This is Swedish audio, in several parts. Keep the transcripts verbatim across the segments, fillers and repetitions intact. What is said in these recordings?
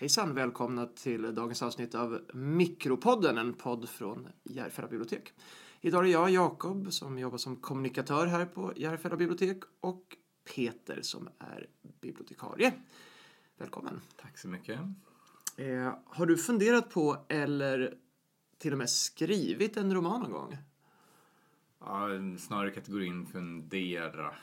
Hejsan, välkomna till dagens avsnitt av Mikropodden, en podd från Järfälla bibliotek. Idag är jag, Jakob, som jobbar som kommunikatör här på Järfälla bibliotek och Peter som är bibliotekarie. Välkommen. Tack så mycket. Eh, har du funderat på eller till och med skrivit en roman någon gång? Ja, snarare kategorin fundera.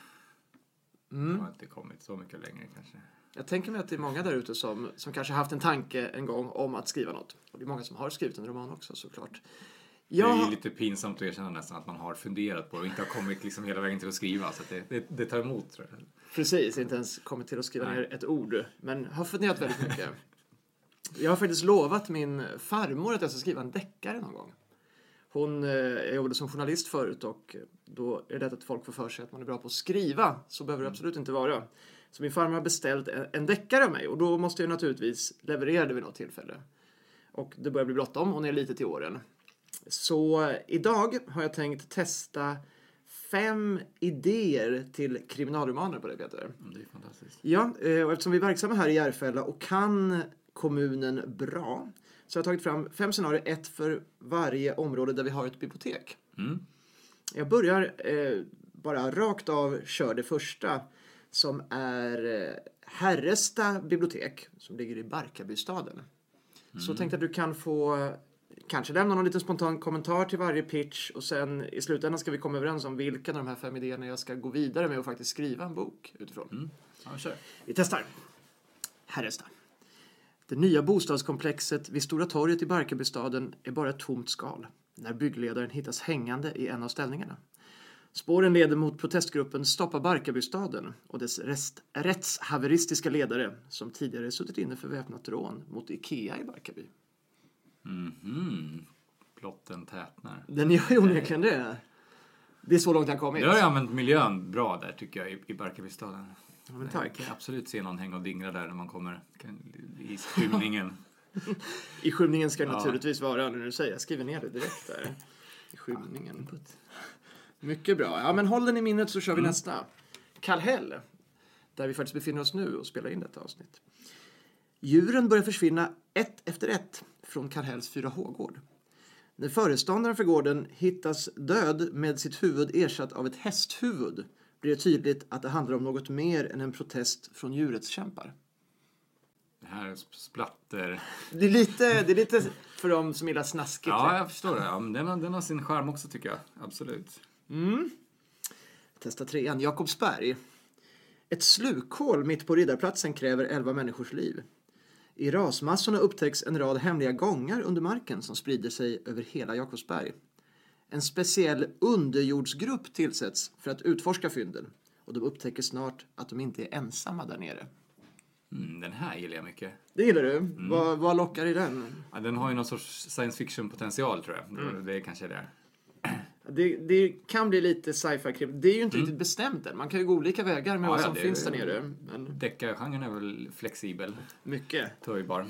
Mm. Jag har inte kommit så mycket längre kanske. Jag tänker mig att det är många där ute som, som kanske haft en tanke en gång om att skriva något. Och det är många som har skrivit en roman också såklart. Jag... Det är lite pinsamt att erkänna nästan att man har funderat på det och inte har kommit liksom hela vägen till att skriva. Så att det, det, det tar emot, tror jag. Precis, inte ens kommit till att skriva Nej. ner ett ord. Men har funderat väldigt mycket. Jag har faktiskt lovat min farmor att jag ska skriva en deckare någon gång. Hon jag jobbade som journalist förut och då är det lätt att folk får för sig att man är bra på att skriva. Så behöver det absolut inte vara. Så min farmor har beställt en, en deckare av mig och då måste jag naturligtvis leverera det vid något tillfälle. Och det börjar bli bråttom, hon är lite till åren. Så idag har jag tänkt testa fem idéer till kriminalromaner på det, Peter. Det är fantastiskt. Ja, och eftersom vi är verksamma här i Järfälla och kan kommunen bra så har jag tagit fram fem scenarier, ett för varje område där vi har ett bibliotek. Mm. Jag börjar eh, bara rakt av kör det första som är eh, Herresta bibliotek som ligger i Barkarbystaden. Mm. Så tänkte att du kan få kanske lämna någon liten spontan kommentar till varje pitch och sen i slutändan ska vi komma överens om vilka av de här fem idéerna jag ska gå vidare med och faktiskt skriva en bok utifrån. Mm. Ja, kör. Vi testar. Herresta. Det nya bostadskomplexet vid Stora torget i Barkarbystaden är bara ett tomt skal när byggledaren hittas hängande i en av ställningarna. Spåren leder mot protestgruppen Stoppa Barkarbystaden och dess rest, rättshaveristiska ledare som tidigare suttit inne för väpnat rån mot Ikea i Barkarby. Mhm. Plotten tätnar. Den gör ju onekligen det. Det är så långt han kommit. Du har ju använt miljön bra där tycker jag i, i Barkarbystaden. Ja, men tack. Jag kan absolut se någon hänga och dingra där när man kommer i skymningen. I skymningen ska det ja. naturligtvis vara, när du säger, jag skriver ner det direkt där. I skymningen. Ja. Mycket bra. Ja, men håll den i minnet så kör vi mm. nästa. Kallhäll, där vi faktiskt befinner oss nu och spelar in detta avsnitt. Djuren börjar försvinna ett efter ett från Kallhälls fyra H-gård. När föreståndaren för gården hittas död med sitt huvud ersatt av ett hästhuvud blir det tydligt att det handlar om något mer än en protest från djurrättskämpar. Det här splatter. Det är lite, det är lite för dem som gillar snaskigt. Ja, jag förstår det. Ja, men den, har, den har sin charm också tycker jag. Absolut. Mm. Testa trean. Jakobsberg. Ett slukhål mitt på Riddarplatsen kräver elva människors liv. I rasmassorna upptäcks en rad hemliga gångar under marken som sprider sig över hela Jakobsberg. En speciell underjordsgrupp tillsätts för att utforska fynden. Och de upptäcker snart att de inte är ensamma där nere. Mm, den här gillar jag mycket. Det gillar du? Mm. Vad, vad lockar i den? Ja, den har ju någon sorts science fiction potential tror jag. Mm. Det är kanske det. Det, det kan bli lite sci-fi krim. Det är ju inte mm. riktigt bestämt än. Man kan ju gå olika vägar med ja, vad som ja, finns där nere. Men... Deckargenren är väl flexibel. Mycket. Töjbar.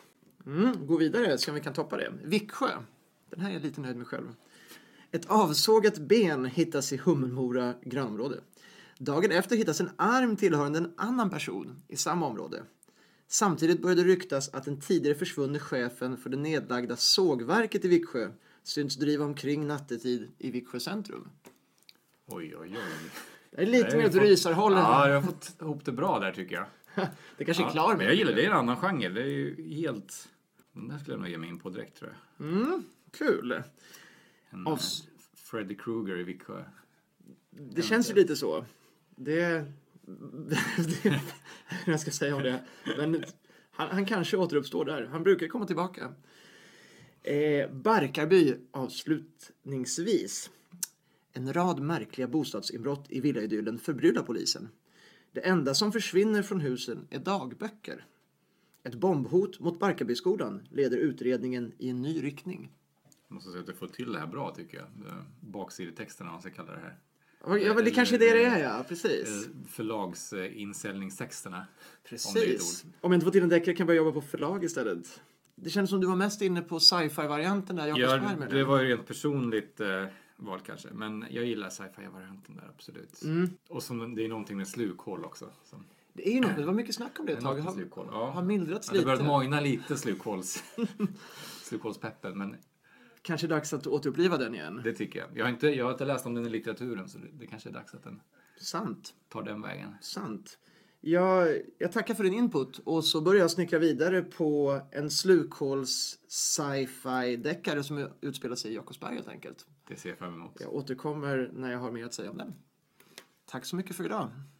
Mm, gå vidare så vi kan toppa det. Viksjö. Den här är jag lite nöjd med själv. Ett avsågat ben hittas i Hummelmora grannområde. Dagen efter hittas en arm tillhörande en annan person i samma område. Samtidigt började ryktas att den tidigare försvunne chefen för det nedlagda sågverket i Viksjö syns driva omkring nattetid i Viksjö centrum. Oj, oj, oj. Det är lite mer åt rysarhållen. Ja, jag har fått ihop det bra där tycker jag. Det kanske ja, är klar med. Men jag gillar det. Det är en annan genre. Det är ju helt... Den där skulle jag nog ge mig in på direkt tror jag. Mm, kul. En, Av... Freddy Krueger i Viksjö. Det känns ju lite så. Det... det... jag ska säga om det. Men han, han kanske återuppstår där. Han brukar komma tillbaka. Eh, Barkarby avslutningsvis. En rad märkliga bostadsinbrott i villaidyllen förbryllar polisen. Det enda som försvinner från husen är dagböcker. Ett bombhot mot Barkarbyskolan leder utredningen i en ny riktning. Jag måste säga att du får till det här bra tycker jag. Baksidetexterna, man ska kalla det här. Ja, men det kanske är det det är, ja. Precis. Förlagsinsäljningstexterna. Precis. Om, om jag inte får till en deckare kan jag börja jobba på förlag istället. Det känns som du var mest inne på sci-fi-varianten där. Ja, det var ju rent personligt eh, val kanske. Men jag gillar sci-fi-varianten där, absolut. Mm. Och som, det är någonting med slukhål också. Som... Det är ju något, det var mycket snack om det ett tag. Har, slukhål. Ja. har mildrats ja, det lite. har börjat mojna lite slukhåls, slukhålspeppen, men kanske är dags att återuppliva den igen. det tycker jag. Jag har inte, jag har inte läst om den i litteraturen, så det, det kanske är dags att den Sant. tar den vägen. Sant. Jag, jag tackar för din input och så börjar jag snickra vidare på en slukhåls sci-fi-deckare som utspelar sig i Jakobsberg helt enkelt. Det ser jag fram emot. Jag återkommer när jag har mer att säga om den. Tack så mycket för idag.